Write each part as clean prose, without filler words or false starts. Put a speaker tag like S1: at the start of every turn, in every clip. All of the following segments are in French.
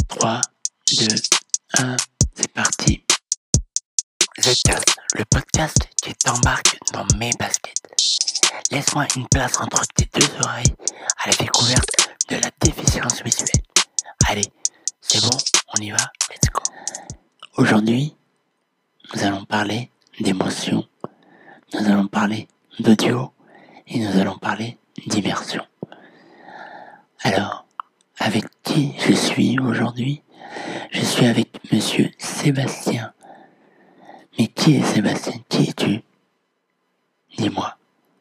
S1: 3, 2, 1, c'est parti. Zcast, le podcast qui t'embarque dans mes baskets. Laisse-moi une place entre tes deux oreilles à la découverte de la déficience visuelle. Allez, c'est bon, on y va, let's go. Aujourd'hui, nous allons parler d'émotion, nous allons parler d'audio et nous allons parler d'immersion. Alors, avec qui je suis aujourd'hui ? Je suis avec Monsieur Sébastien. Mais qui est Sébastien ? Qui es-tu ? Dis-moi.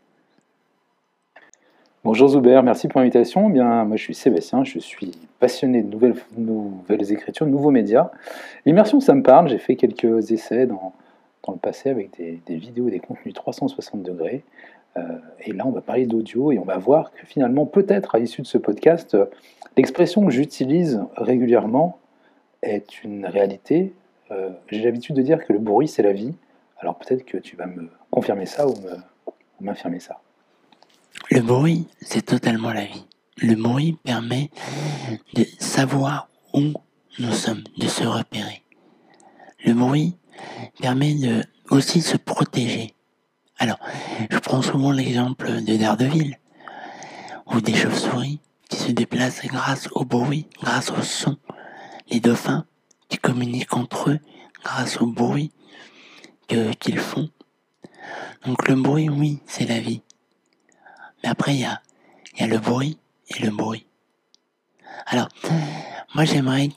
S2: Bonjour Zuber, merci pour l'invitation. Bien, moi je suis Sébastien, je suis passionné de nouvelles écritures, de nouveaux médias. L'immersion, ça me parle, j'ai fait quelques essais dans le passé avec des vidéos, des contenus 360 degrés. Et là, on va parler d'audio et on va voir que finalement, peut-être à l'issue de ce podcast, l'expression que j'utilise régulièrement est une réalité. J'ai l'habitude de dire que le bruit, c'est la vie. Alors peut-être que tu vas me confirmer ça ou m'infirmer ça.
S1: Le bruit, c'est totalement la vie. Le bruit permet de savoir où nous sommes, de se repérer. Le bruit permet de aussi se protéger. Alors, je prends souvent l'exemple de Daredevil, ou des chauves-souris qui se déplacent grâce au bruit, grâce au son. Les dauphins qui communiquent entre eux grâce au bruit qu'ils font. Donc le bruit, oui, c'est la vie. Mais après, il y a le bruit et le bruit. Alors, moi, j'aimerais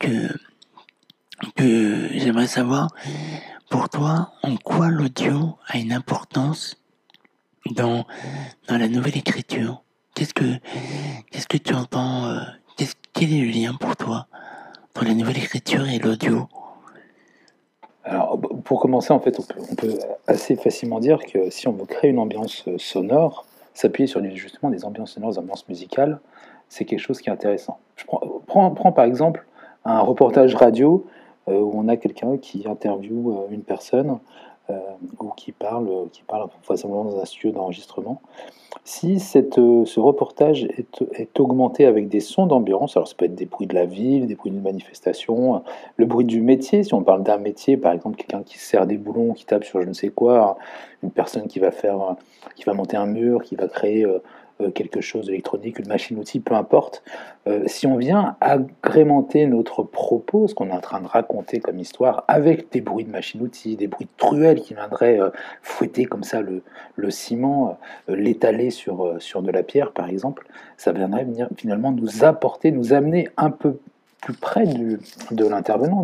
S1: j'aimerais savoir, pour toi, en quoi l'audio a une importance dans la nouvelle écriture. Qu'est-ce que tu entends, quel est le lien pour toi entre la nouvelle écriture et l'audio ?
S2: Alors, pour commencer, en fait, on peut assez facilement dire que si on veut créer une ambiance sonore, s'appuyer sur justement des ambiances sonores, des ambiances musicales, c'est quelque chose qui est intéressant. Prends par exemple un reportage radio où on a quelqu'un qui interviewe une personne ou qui parle vraisemblablement dans un studio d'enregistrement. Si ce reportage est augmenté avec des sons d'ambiance, alors ça peut être des bruits de la ville, des bruits d'une manifestation, le bruit du métier, si on parle d'un métier, par exemple quelqu'un qui serre des boulons, qui tape sur je ne sais quoi, une personne qui va monter un mur, qui va créer quelque chose d'électronique, une machine-outil, peu importe. Si on vient agrémenter notre propos, ce qu'on est en train de raconter comme histoire, avec des bruits de machine-outil, des bruits de truelles qui viendraient fouetter comme ça le ciment, l'étaler sur de la pierre par exemple, ça viendrait venir finalement nous apporter, nous amener un peu plus près de l'intervenant,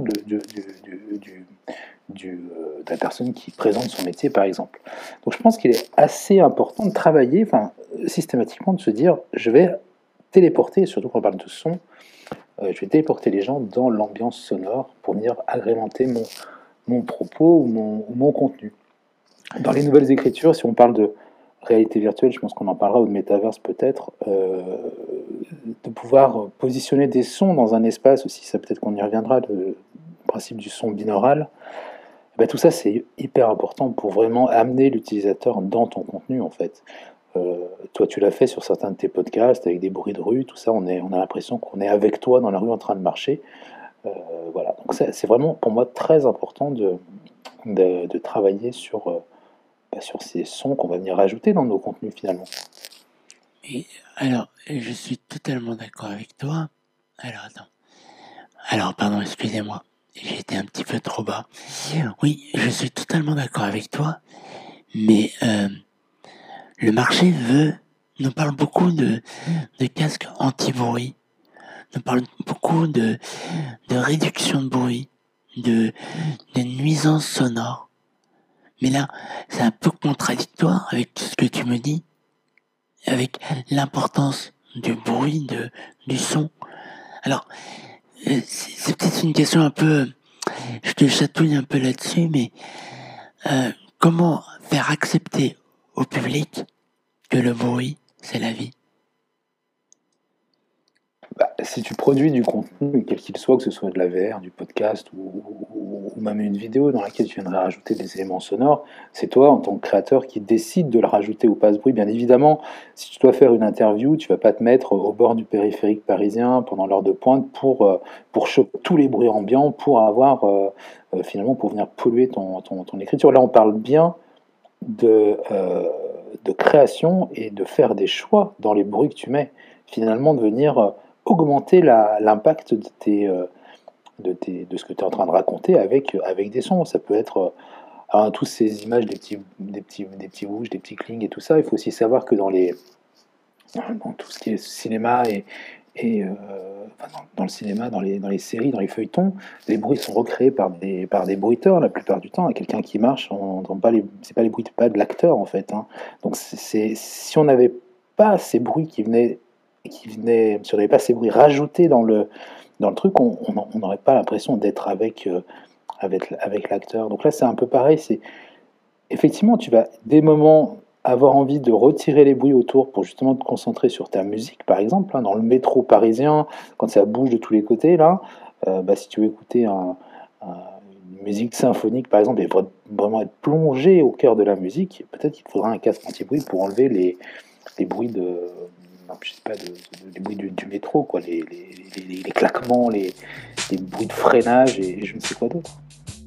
S2: de la personne qui présente son métier par exemple. Donc je pense qu'il est assez important de travailler, systématiquement de se dire je vais téléporter, surtout quand on parle de son, je vais téléporter les gens dans l'ambiance sonore pour venir agrémenter mon propos ou mon contenu. Dans les nouvelles écritures, si on parle de réalité virtuelle, je pense qu'on en parlera, ou de métaverse peut-être, de pouvoir positionner des sons dans un espace aussi, ça peut-être qu'on y reviendra, le principe du son binaural, tout ça c'est hyper important pour vraiment amener l'utilisateur dans ton contenu en fait. Toi tu l'as fait sur certains de tes podcasts avec des bruits de rue, tout ça, on a l'impression qu'on est avec toi dans la rue en train de marcher. Voilà, donc c'est vraiment pour moi très important de travailler sur ces sons qu'on va venir rajouter dans nos contenus finalement.
S1: Et alors, je suis totalement d'accord avec toi. Alors, pardon, excusez-moi. J'étais un petit peu trop bas. Oui, je suis totalement d'accord avec toi. Mais le marché nous parle beaucoup de casques anti-bruit. Nous parle beaucoup de réduction de bruit, de nuisances sonores. Mais là, c'est un peu contradictoire avec tout ce que tu me dis, avec l'importance du bruit, du son. Alors, c'est peut-être une question un peu, je te chatouille un peu là-dessus, mais comment faire accepter au public que le bruit, c'est la vie ?
S2: Si tu produis du contenu, quel qu'il soit, que ce soit de la VR, du podcast ou ou même une vidéo dans laquelle tu viendrais rajouter des éléments sonores, c'est toi, en tant que créateur, qui décide de le rajouter ou pas ce bruit. Bien évidemment, si tu dois faire une interview, tu vas pas te mettre au bord du périphérique parisien pendant l'heure de pointe pour choper tous les bruits ambiants, pour avoir, finalement, pour venir polluer ton écriture. Là, on parle bien de création et de faire des choix dans les bruits que tu mets. Finalement, de venir augmenter l'impact de ce que tu es en train de raconter avec des sons. Ça peut être toutes ces images, des petits bouges, des petits clings et tout ça. Il faut aussi savoir que dans tout ce qui est cinéma dans le cinéma, dans les séries, dans les feuilletons, les bruits sont recréés par des bruiteurs la plupart du temps. Et quelqu'un qui marche, on n'entend pas c'est pas les bruits pas de l'acteur en fait. Hein. Donc si on n'avait pas ces bruits si on n'avait pas ces bruits rajoutés dans le truc, on n'aurait pas l'impression d'être avec l'acteur. Donc là, c'est un peu pareil. Effectivement, tu vas des moments avoir envie de retirer les bruits autour pour justement te concentrer sur ta musique, par exemple, hein, dans le métro parisien, quand ça bouge de tous les côtés, là, si tu veux écouter une musique symphonique, par exemple, et vraiment être plongé au cœur de la musique, peut-être qu'il te faudra un casque anti-bruit pour enlever les bruits je sais pas, les bruits du métro, quoi, les claquements, les bruits de freinage et je ne sais quoi d'autre.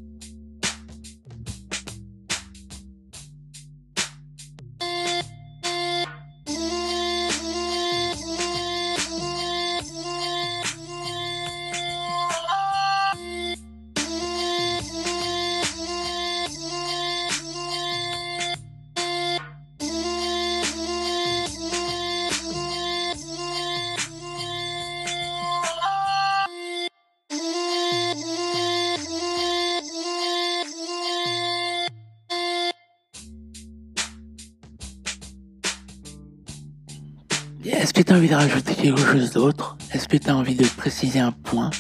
S1: Est-ce que tu as envie de rajouter quelque chose d'autre? Est-ce que tu as envie de préciser un point?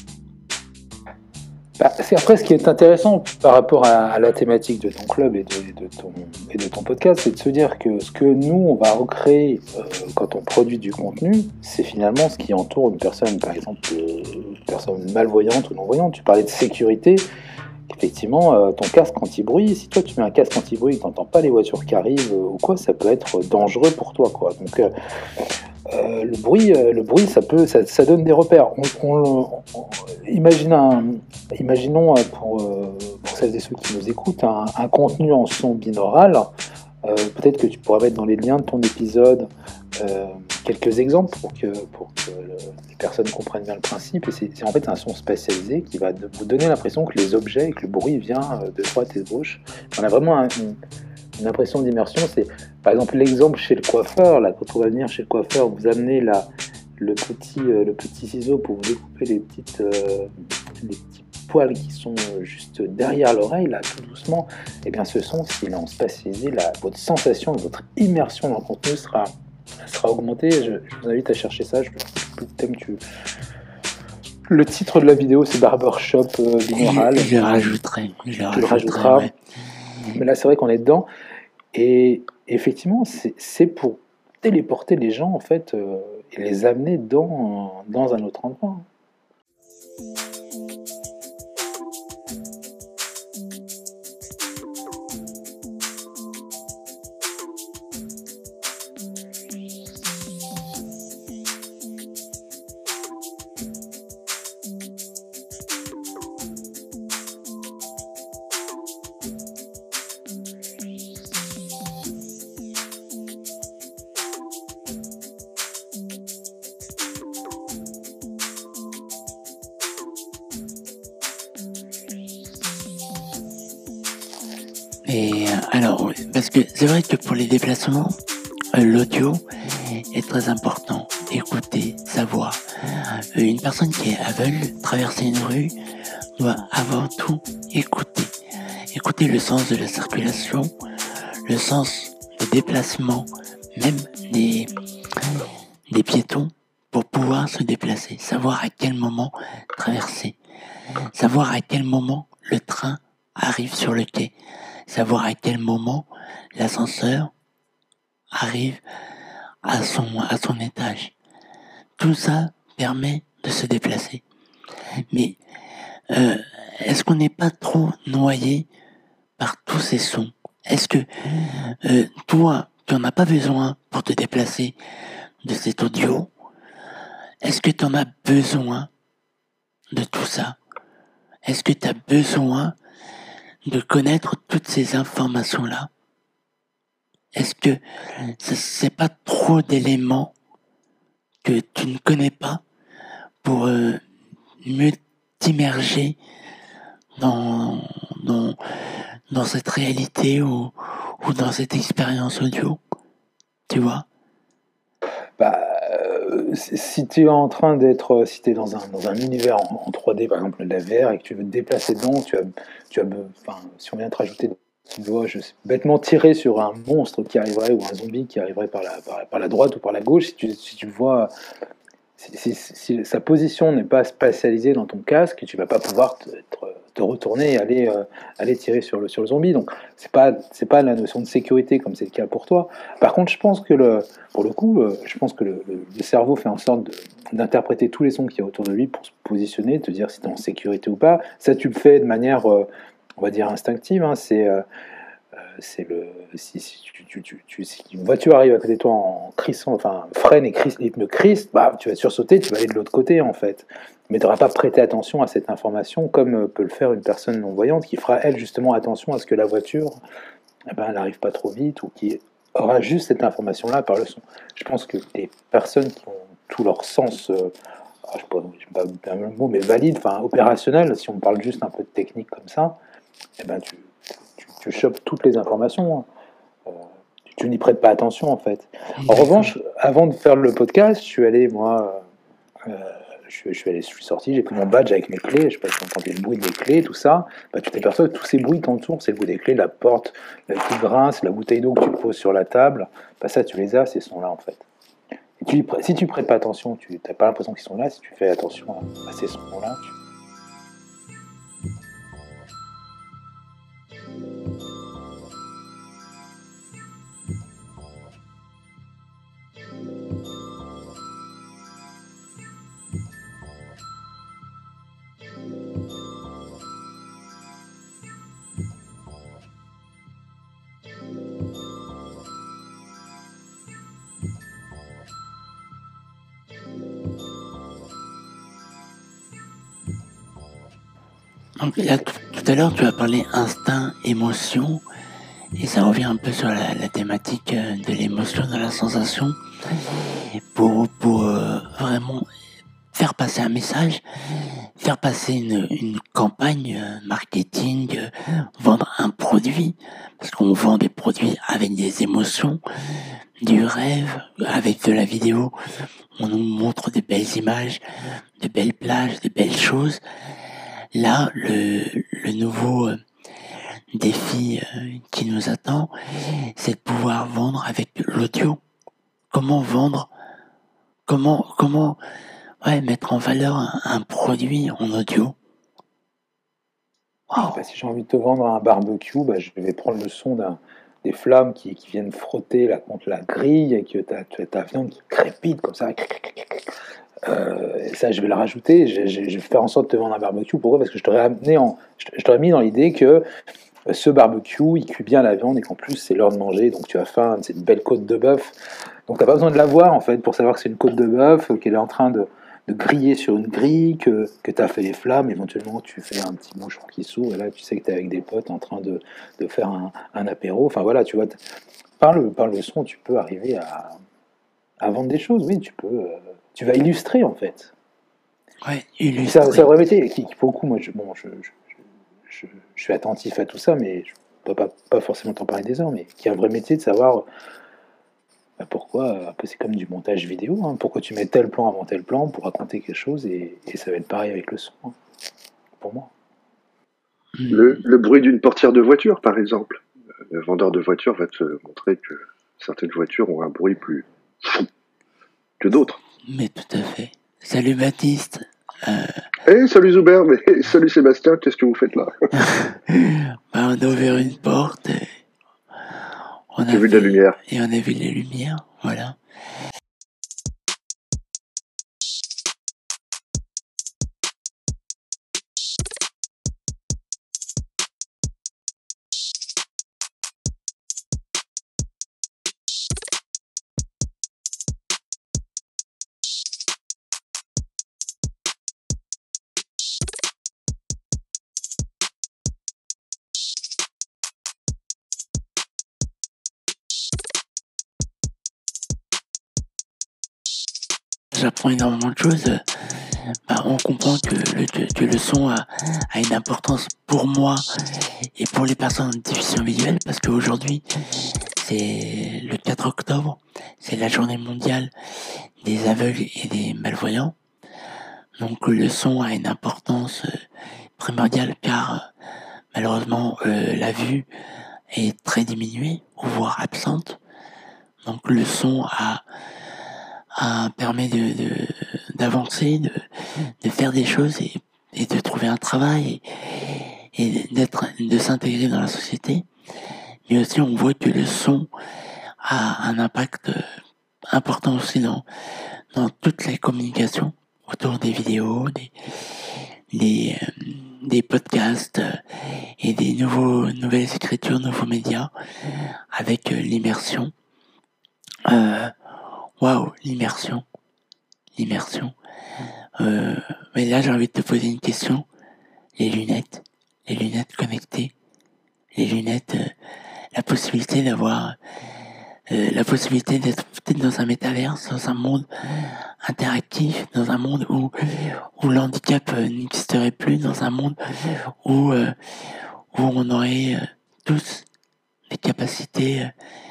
S2: Après, ce qui est intéressant par rapport à la thématique de ton club et de ton podcast, c'est de se dire que ce que nous, on va recréer quand on produit du contenu, c'est finalement ce qui entoure une personne, par exemple, une personne malvoyante ou non-voyante. Tu parlais de sécurité. Effectivement, ton casque anti-bruit, si toi tu mets un casque anti-bruit et que tu n'entends pas les voitures qui arrivent ou quoi, ça peut être dangereux pour toi, quoi. Donc le bruit, ça donne des repères. Imaginons pour celles et ceux qui nous écoutent un contenu en son binaural. Peut-être que tu pourras mettre dans les liens de ton épisode quelques exemples pour que les personnes comprennent bien le principe. Et c'est en fait un son spatialisé qui va vous donner l'impression que les objets et que le bruit vient de droite et de gauche. On a vraiment une impression d'immersion. C'est par exemple l'exemple chez le coiffeur. Là, quand on va venir chez le coiffeur, vous amenez le petit ciseau pour vous découper les petits poils qui sont juste derrière l'oreille, là, tout doucement. Et bien ce son, s'il est en spatialisé, votre sensation, votre immersion dans le contenu sera augmentée. Je vous invite à chercher ça. Je ne sais plus le thème Le titre de la vidéo, c'est Barbershop binaural.
S1: Je le rajouterai.
S2: Tu le rajouteras. Ouais. Mais là, c'est vrai qu'on est dedans. Et effectivement, c'est pour téléporter les gens, en fait, et les amener dans un autre endroit.
S1: Et alors, parce que c'est vrai que pour les déplacements, l'audio est très important. Écouter, savoir. Une personne qui est aveugle, traverser une rue, doit avant tout écouter. Écouter le sens de la circulation, le sens de déplacement, même des piétons, pour pouvoir se déplacer. Savoir à quel moment traverser. Savoir à quel moment le train arrive sur le quai. Savoir à quel moment l'ascenseur arrive à son étage. Tout ça permet de se déplacer. Mais est-ce qu'on n'est pas trop noyé par tous ces sons? Est-ce que toi, tu n'en as pas besoin pour te déplacer de cet audio? Est-ce que tu en as besoin de tout ça? Est-ce que tu as besoin de connaître toutes ces informations-là? Est-ce que c'est pas trop d'éléments que tu ne connais pas pour mieux t'immerger dans, dans, dans cette réalité ou dans cette expérience audio? Tu vois?
S2: Bah, si tu es en train d'être, si tu es dans un univers en 3D, par exemple de la VR, et que tu veux te déplacer dedans, enfin, si on vient te rajouter, tu dois bêtement tirer sur un monstre qui arriverait ou un zombie qui arriverait par la droite ou par la gauche, si tu vois, si sa position n'est pas spatialisée dans ton casque, tu vas pas pouvoir te retourner et aller tirer sur le zombie. Donc c'est pas la notion de sécurité comme c'est le cas pour toi. Par contre, je pense que pour le coup, je pense que le cerveau fait en sorte d'interpréter tous les sons qu'il y a autour de lui pour se positionner, te dire si tu es en sécurité ou pas. Ça, tu le fais de manière, on va dire, instinctive. Hein. C'est le si une voiture arrive à côté de toi en crissant, enfin freine et rythme crisse, bah, tu vas sursauter, tu vas aller de l'autre côté en fait. Mais tu n'auras pas prêté attention à cette information comme peut le faire une personne non-voyante qui fera elle justement attention à ce que la voiture elle n'arrive pas trop vite ou qui aura juste cette information-là par le son. Je pense que les personnes qui ont tout leur sens, je ne sais pas le mot, mais valide, enfin opérationnel, si on parle juste un peu de technique comme ça, eh ben tu chopes toutes les informations. Hein. Tu n'y prêtes pas attention en fait. En revanche, avant de faire le podcast, je suis allé moi, je suis sorti, j'ai pris mon badge avec mes clés. Je sais pas si vous entendez le bruit des clés, tout ça. Bah, tu t'aperçois que tous ces bruits t'entourent, c'est le bruit des clés, la porte, qui grince, la bouteille d'eau que tu poses sur la table. Bah, ça, tu les as, ces sons-là en fait. Et si tu prêtes pas attention, tu n'as pas l'impression qu'ils sont là. Si tu fais attention à ces sons-là,
S1: Donc là, tout à l'heure, tu as parlé instinct, émotion, et ça revient un peu sur la thématique de l'émotion, de la sensation, pour vraiment faire passer un message, faire passer une campagne marketing, vendre un produit, parce qu'on vend des produits avec des émotions, du rêve, avec de la vidéo, on nous montre de belles images, de belles plages, de belles choses. Là, le nouveau défi qui nous attend, c'est de pouvoir vendre avec l'audio. Comment vendre, comment mettre en valeur un produit en audio.
S2: Wow. Bah, si j'ai envie de te vendre un barbecue, bah, je vais prendre le son des flammes qui viennent frotter là, contre la grille et que tu as ta viande qui crépite comme ça. Et ça, je vais le rajouter. Je vais faire en sorte de te vendre un barbecue. Pourquoi? Parce que je t'aurais mis dans l'idée que ce barbecue, il cuit bien la viande et qu'en plus, c'est l'heure de manger. Donc, tu as faim, c'est une belle côte de bœuf. Donc, tu n'as pas besoin de la voir en fait pour savoir que c'est une côte de bœuf, qu'elle est en train de griller sur une grille, que tu as fait les flammes, éventuellement tu fais un petit bouchon qui s'ouvre, et là tu sais que tu es avec des potes en train de faire un apéro. Enfin voilà, tu vois, par le son, tu peux arriver à vendre des choses, oui, tu vas illustrer en fait.
S1: Ouais, illustrer.
S2: C'est un vrai métier qui pour le coup, moi, je suis attentif à tout ça, mais je ne peux pas forcément t'en parler des heures, mais qui est un vrai métier de savoir pourquoi, un peu c'est comme du montage vidéo, hein, pourquoi tu mets tel plan avant tel plan pour raconter quelque chose, et ça va être pareil avec le son, hein, pour moi.
S3: Le bruit d'une portière de voiture, par exemple. Le vendeur de voiture va te montrer que certaines voitures ont un bruit plus que d'autres.
S1: Mais tout à fait. Salut Baptiste.
S3: Salut Zuber, mais salut Sébastien, qu'est-ce que vous faites là?
S1: On a ouvert une porte.
S3: J'ai vu de la lumière.
S1: Et on a vu les lumières, voilà. j'apprends énormément de choses, on comprend que le son a une importance pour moi et pour les personnes en diffusion visuelle, parce qu'aujourd'hui, c'est le 4 octobre, c'est la journée mondiale des aveugles et des malvoyants. Donc le son a une importance primordiale, car malheureusement la vue est très diminuée, ou voire absente. Donc le son permet d'avancer, de faire des choses et de trouver un travail et de s'intégrer dans la société. Mais aussi on voit que le son a un impact important aussi dans toutes les communications autour des vidéos, des podcasts et des nouvelles écritures, nouveaux médias avec l'immersion. Waouh, l'immersion. Mais là, j'ai envie de te poser une question. Les lunettes connectées, la possibilité d'avoir, la possibilité d'être peut-être dans un métaverse, dans un monde interactif, dans un monde où l'handicap n'existerait plus, dans un monde où on aurait tous des capacités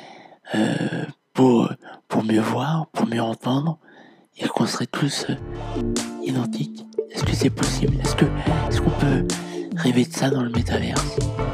S1: pour mieux voir, pour mieux entendre, et qu'on serait tous identiques. Est-ce que c'est possible? Est-ce qu'on peut rêver de ça dans le métaverse?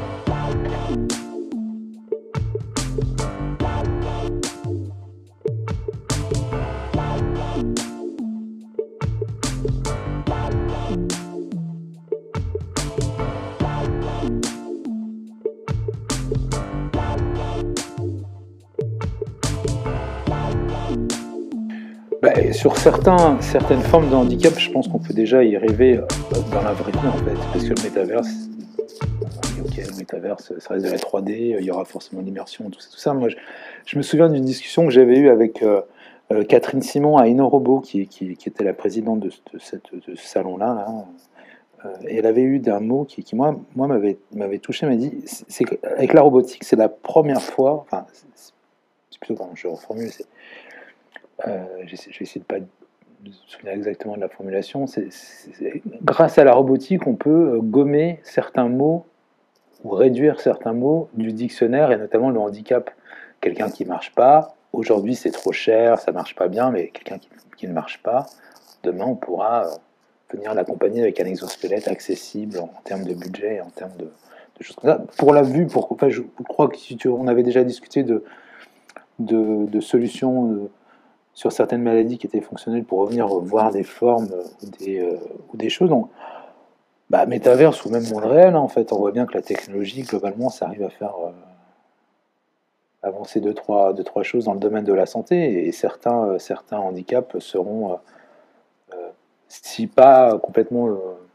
S2: Sur certaines formes de handicap, je pense qu'on peut déjà y rêver dans la vraie vie en fait, parce que le métaverse, le métaverse, ça reste de la 3D, il y aura forcément l'immersion, tout ça. Moi, je me souviens d'une discussion que j'avais eue avec Catherine Simon à InnoRobot, qui était la présidente de ce salon-là. Et elle avait eu d'un mot qui moi m'avait touché, m'a dit, c'est qu'avec la robotique, c'est la première fois, enfin, c'est plutôt quand je reformule, je vais essayer de pas me souvenir exactement de la formulation. Grâce à la robotique, on peut gommer certains mots ou réduire certains mots du dictionnaire, et notamment le handicap. Quelqu'un qui ne marche pas, aujourd'hui c'est trop cher, ça ne marche pas bien, mais quelqu'un qui ne marche pas, demain on pourra venir l'accompagner avec un exosquelette accessible en termes de budget, en termes de choses comme ça. Pour la vue, je crois qu'on avait déjà discuté de solutions sur certaines maladies qui étaient fonctionnelles pour revenir voir des formes ou des choses. Donc, métaverse ou même monde réel, en fait, on voit bien que la technologie, globalement, ça arrive à faire avancer deux, trois choses dans le domaine de la santé, et certains handicaps seront, si pas complètement,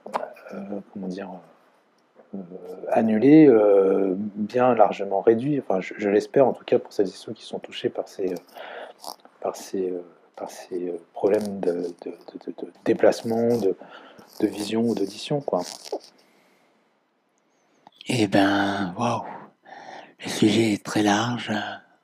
S2: annulés, bien largement réduits. Enfin, je l'espère, en tout cas, pour celles et ceux qui sont touchés par ces problèmes de déplacement, de vision ou d'audition, quoi.
S1: Eh ben, waouh, le sujet est très large.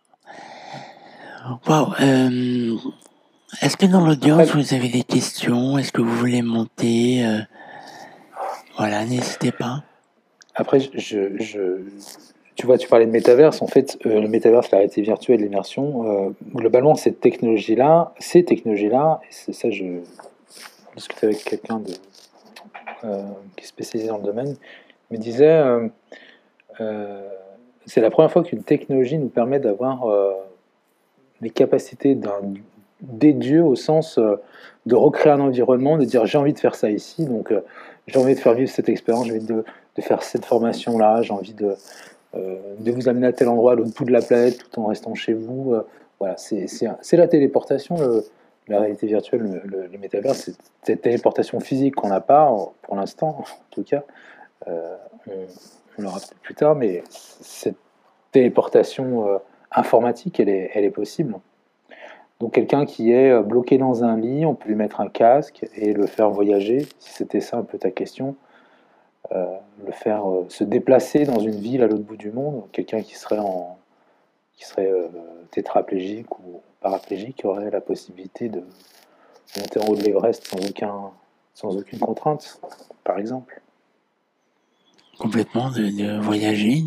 S1: Waouh, est-ce que dans l'audience vous avez des questions? Est-ce que vous voulez monter? Voilà, n'hésitez pas.
S2: Après, tu vois, tu parlais de métaverse. En fait, le métaverse, la réalité virtuelle, l'immersion, globalement, ces technologies-là, et c'est ça, je discutais avec quelqu'un qui est spécialisé dans le domaine, me disait, c'est la première fois qu'une technologie nous permet d'avoir les capacités des dieux, au sens de recréer un environnement, de dire j'ai envie de faire ça ici, donc j'ai envie de faire vivre cette expérience, j'ai envie de faire cette formation-là, j'ai envie de vous amener à tel endroit, à l'autre bout de la planète, tout en restant chez vous. Voilà, c'est la téléportation, la réalité virtuelle, le métavers, c'est cette téléportation physique qu'on n'a pas, pour l'instant, en tout cas. On l'aura peut-être plus tard, mais cette téléportation informatique, elle est possible. Donc quelqu'un qui est bloqué dans un lit, on peut lui mettre un casque et le faire voyager, si c'était ça un peu ta question. Le faire se déplacer dans une ville à l'autre bout du monde. Quelqu'un qui serait tétraplégique ou paraplégique aurait la possibilité monter en haut de l'Everest sans aucune contrainte, par exemple.
S1: Complètement, de voyager,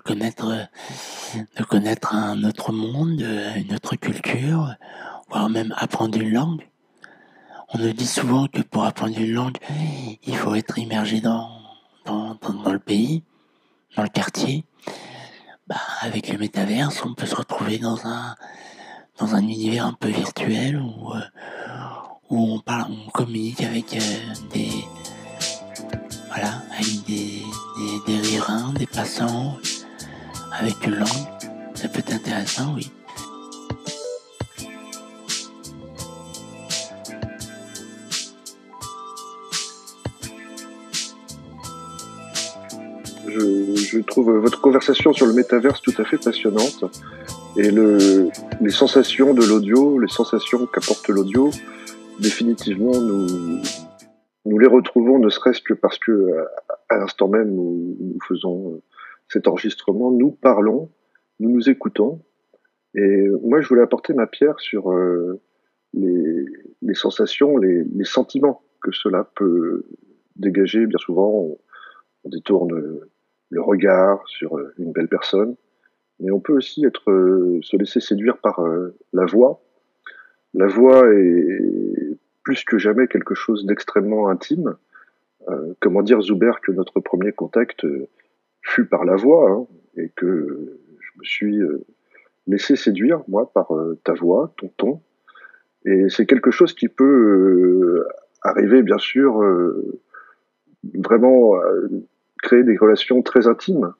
S1: de connaître un autre monde, une autre culture, voire même apprendre une langue. On nous dit souvent que pour apprendre une langue, il faut être immergé dans le pays, dans le quartier. Avec le métaverse, on peut se retrouver dans un univers un peu virtuel où on communique avec avec des riverains, des passants, avec une langue. Ça peut être intéressant, oui.
S3: Je trouve votre conversation sur le métaverse tout à fait passionnante. Et les sensations de l'audio, les sensations qu'apporte l'audio, définitivement, nous les retrouvons, ne serait-ce que parce que, à l'instant même où nous faisons cet enregistrement, nous parlons, nous nous écoutons. Et moi, je voulais apporter ma pierre sur les sensations, les sentiments que cela peut dégager. Bien souvent, on détourne le regard sur une belle personne, mais on peut aussi se laisser séduire par la voix. La voix est plus que jamais quelque chose d'extrêmement intime. Comment dire, Zuber, que notre premier contact fut par la voix, hein, et que je me suis laissé séduire, moi, par ta voix, ton ton. Et c'est quelque chose qui peut arriver, bien sûr, vraiment créer des relations très intimes,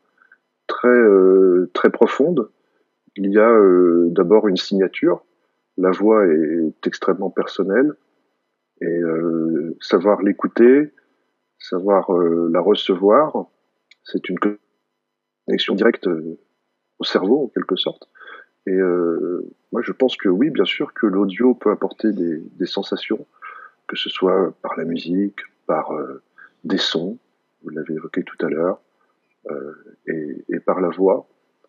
S3: très profondes. Il y a d'abord une signature. La voix est extrêmement personnelle et savoir l'écouter, savoir la recevoir, c'est une connexion directe au cerveau en quelque sorte. Et moi je pense que oui, bien sûr que l'audio peut apporter des sensations, que ce soit par la musique, par des sons, vous l'avez évoqué tout à l'heure, et par la voix.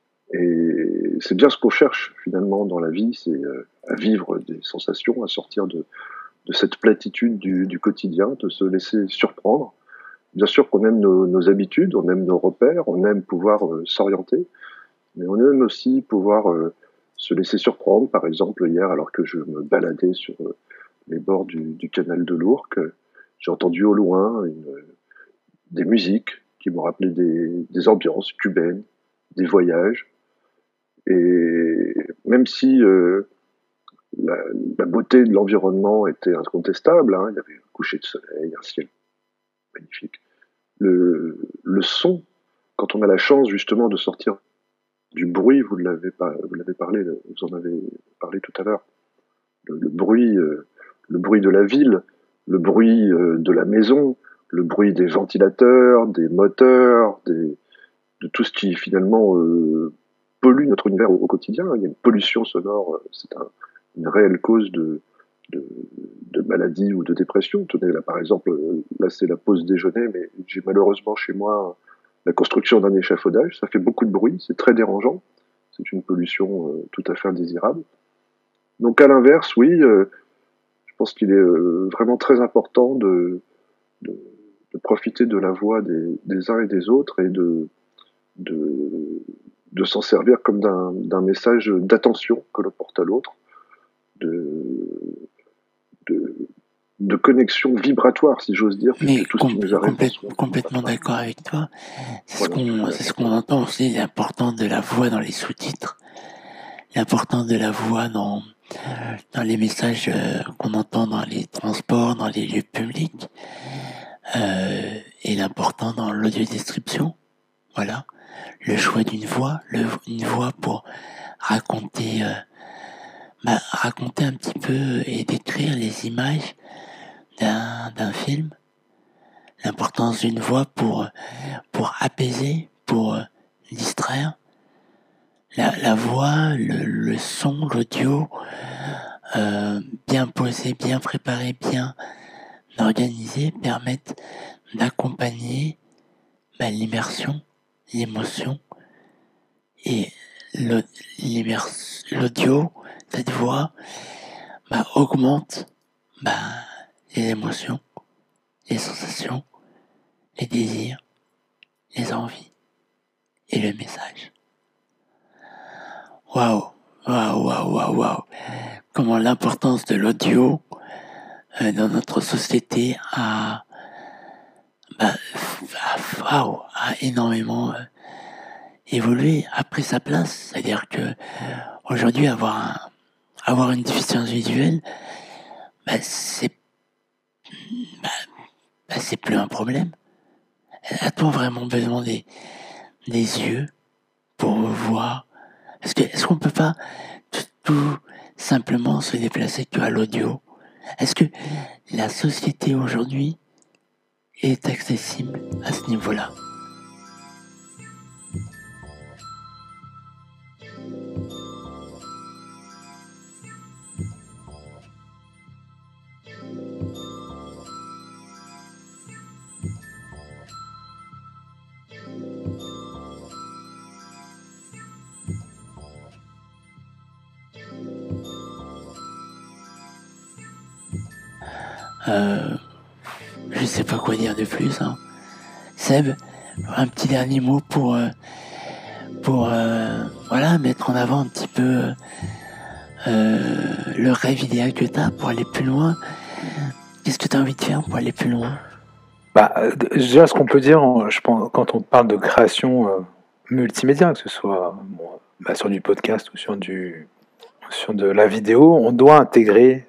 S3: Et c'est bien ce qu'on cherche finalement dans la vie, c'est à vivre des sensations, à sortir de cette platitude du quotidien, de se laisser surprendre. Bien sûr qu'on aime nos habitudes, on aime nos repères, on aime pouvoir s'orienter, mais on aime aussi pouvoir se laisser surprendre. Par exemple, hier, alors que je me baladais sur les bords du canal de l'Ourcq, j'ai entendu au loin des musiques qui m'ont rappelé des ambiances cubaines, des voyages. Et même si la beauté de l'environnement était incontestable, hein, il y avait un coucher de soleil, un ciel magnifique, le son, quand on a la chance justement de sortir du bruit, vous l'avez parlé, vous en avez parlé tout à l'heure, le bruit de la ville, le bruit de la maison, le bruit des ventilateurs, des moteurs, de tout ce qui finalement pollue notre univers au quotidien. Il y a une pollution sonore, c'est une réelle cause de maladie ou de dépression. Tenez, là par exemple, là c'est la pause déjeuner, mais j'ai malheureusement chez moi la construction d'un échafaudage. Ça fait beaucoup de bruit, c'est très dérangeant. C'est une pollution tout à fait indésirable. Donc à l'inverse, oui, je pense qu'il est vraiment très important de, profiter de la voix des uns et des autres et de s'en servir comme d'un message d'attention que l'on porte à l'autre, de connexion vibratoire, si j'ose dire,
S1: Mais
S3: puisque tout ce qui nous arrive
S1: complètement d'accord avec toi. C'est ce qu'on entend aussi, l'importance de la voix dans les sous-titres, l'importance de la voix dans les messages qu'on entend dans les transports, dans les lieux publics, et l'important dans l'audiodescription. Voilà, le choix d'une voix, une voix pour raconter un petit peu et décrire les images d'un film. L'importance d'une voix pour apaiser, pour distraire. La voix, le son, l'audio, bien posé, bien préparé, bien organisé, permettent d'accompagner l'immersion, l'émotion et l'audio, cette voix augmente les émotions, les sensations, les désirs, les envies et le message. Waouh, waouh, waouh, waouh, waouh. Comment l'importance de l'audio dans notre société a énormément évolué, a pris sa place. C'est-à-dire que aujourd'hui, avoir une déficience visuelle, c'est plus un problème. A-t-on vraiment besoin des yeux pour voir? Est-ce qu'on peut pas tout simplement se déplacer qu'à l'audio? Est-ce que la société aujourd'hui est accessible à ce niveau-là? Je sais pas quoi dire de plus. Hein. Seb, un petit dernier mot pour mettre en avant un petit peu le rêve idéal que tu as pour aller plus loin. Qu'est-ce que tu as envie de faire pour aller plus loin?
S2: Déjà, ce qu'on peut dire, je pense, quand on parle de création multimédia, que ce soit sur du podcast ou sur de la vidéo, on doit intégrer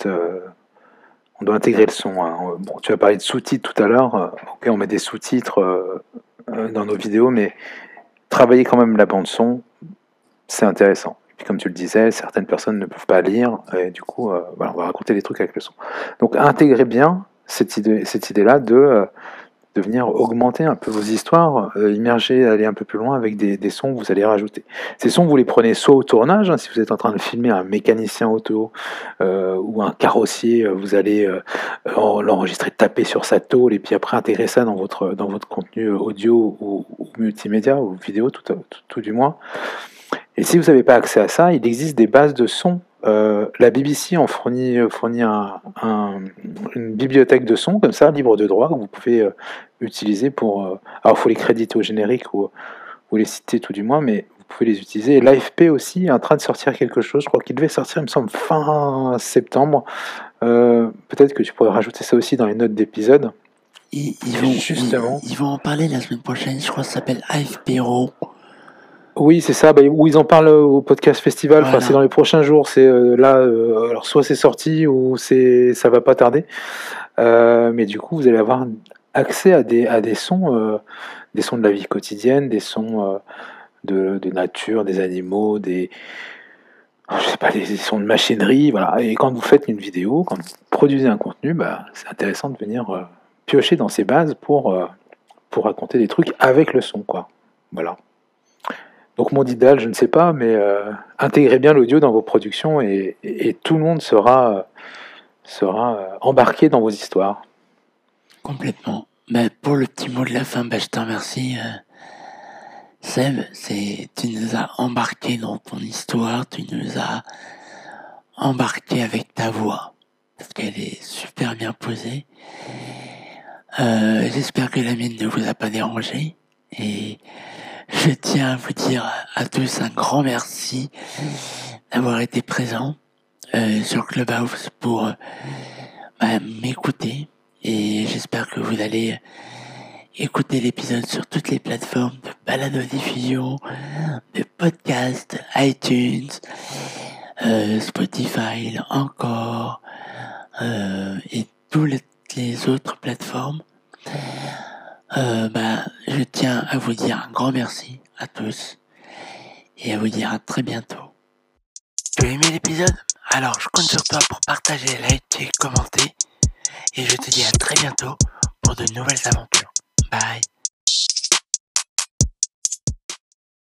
S2: le son. Hein. Bon, tu as parlé de sous-titres tout à l'heure. Ok, on met des sous-titres dans nos vidéos, mais travailler quand même la bande son, c'est intéressant. Et puis comme tu le disais, certaines personnes ne peuvent pas lire, et du coup, on va raconter des trucs avec le son. Donc intégrer bien cette idée-là de venir augmenter un peu vos histoires, immerger, aller un peu plus loin avec des sons que vous allez rajouter. Ces sons, vous les prenez soit au tournage, hein, si vous êtes en train de filmer un mécanicien auto ou un carrossier, vous allez l'enregistrer, taper sur sa tôle et puis après intégrer ça dans votre contenu audio ou multimédia ou vidéo tout du moins. Et si vous n'avez pas accès à ça, il existe des bases de sons. La BBC en fournit une bibliothèque de sons comme ça, libre de droit, que vous pouvez utiliser pour... alors, il faut les créditer au générique ou les citer tout du moins, mais vous pouvez les utiliser. Et l'AFP aussi est en train de sortir quelque chose, je crois qu'il devait sortir, il me semble, fin septembre. Peut-être que tu pourrais rajouter ça aussi dans les notes d'épisode.
S1: Ils vont en parler la semaine prochaine, je crois que ça s'appelle AFP Raw.
S2: Oui, c'est ça, où ils en parlent au podcast festival. Voilà. Enfin, c'est dans les prochains jours. C'est alors soit c'est sorti ou ça va pas tarder. Mais du coup, vous allez avoir accès à des sons de la vie quotidienne, des sons de nature, des animaux, des sons de machinerie, voilà. Et quand vous faites une vidéo, quand vous produisez un contenu, c'est intéressant de venir piocher dans ces bases pour raconter des trucs avec le son, quoi. Voilà. Donc mon idéal, je ne sais pas, mais intégrez bien l'audio dans vos productions et tout le monde sera embarqué dans vos histoires.
S1: Complètement. Mais pour le petit mot de la fin, je te remercie. Seb, tu nous as embarqué dans ton histoire, tu nous as embarqué avec ta voix, parce qu'elle est super bien posée. J'espère que la mienne ne vous a pas dérangé, et je tiens à vous dire à tous un grand merci d'avoir été présents sur Clubhouse pour m'écouter, et j'espère que vous allez écouter l'épisode sur toutes les plateformes de balado-diffusion, de podcast, iTunes, Spotify, encore, et toutes les autres plateformes. Je tiens à vous dire un grand merci à tous et à vous dire à très bientôt. Tu as aimé l'épisode? Alors je compte sur toi pour partager, liker, commenter, et je te dis à très bientôt pour de nouvelles aventures. Bye.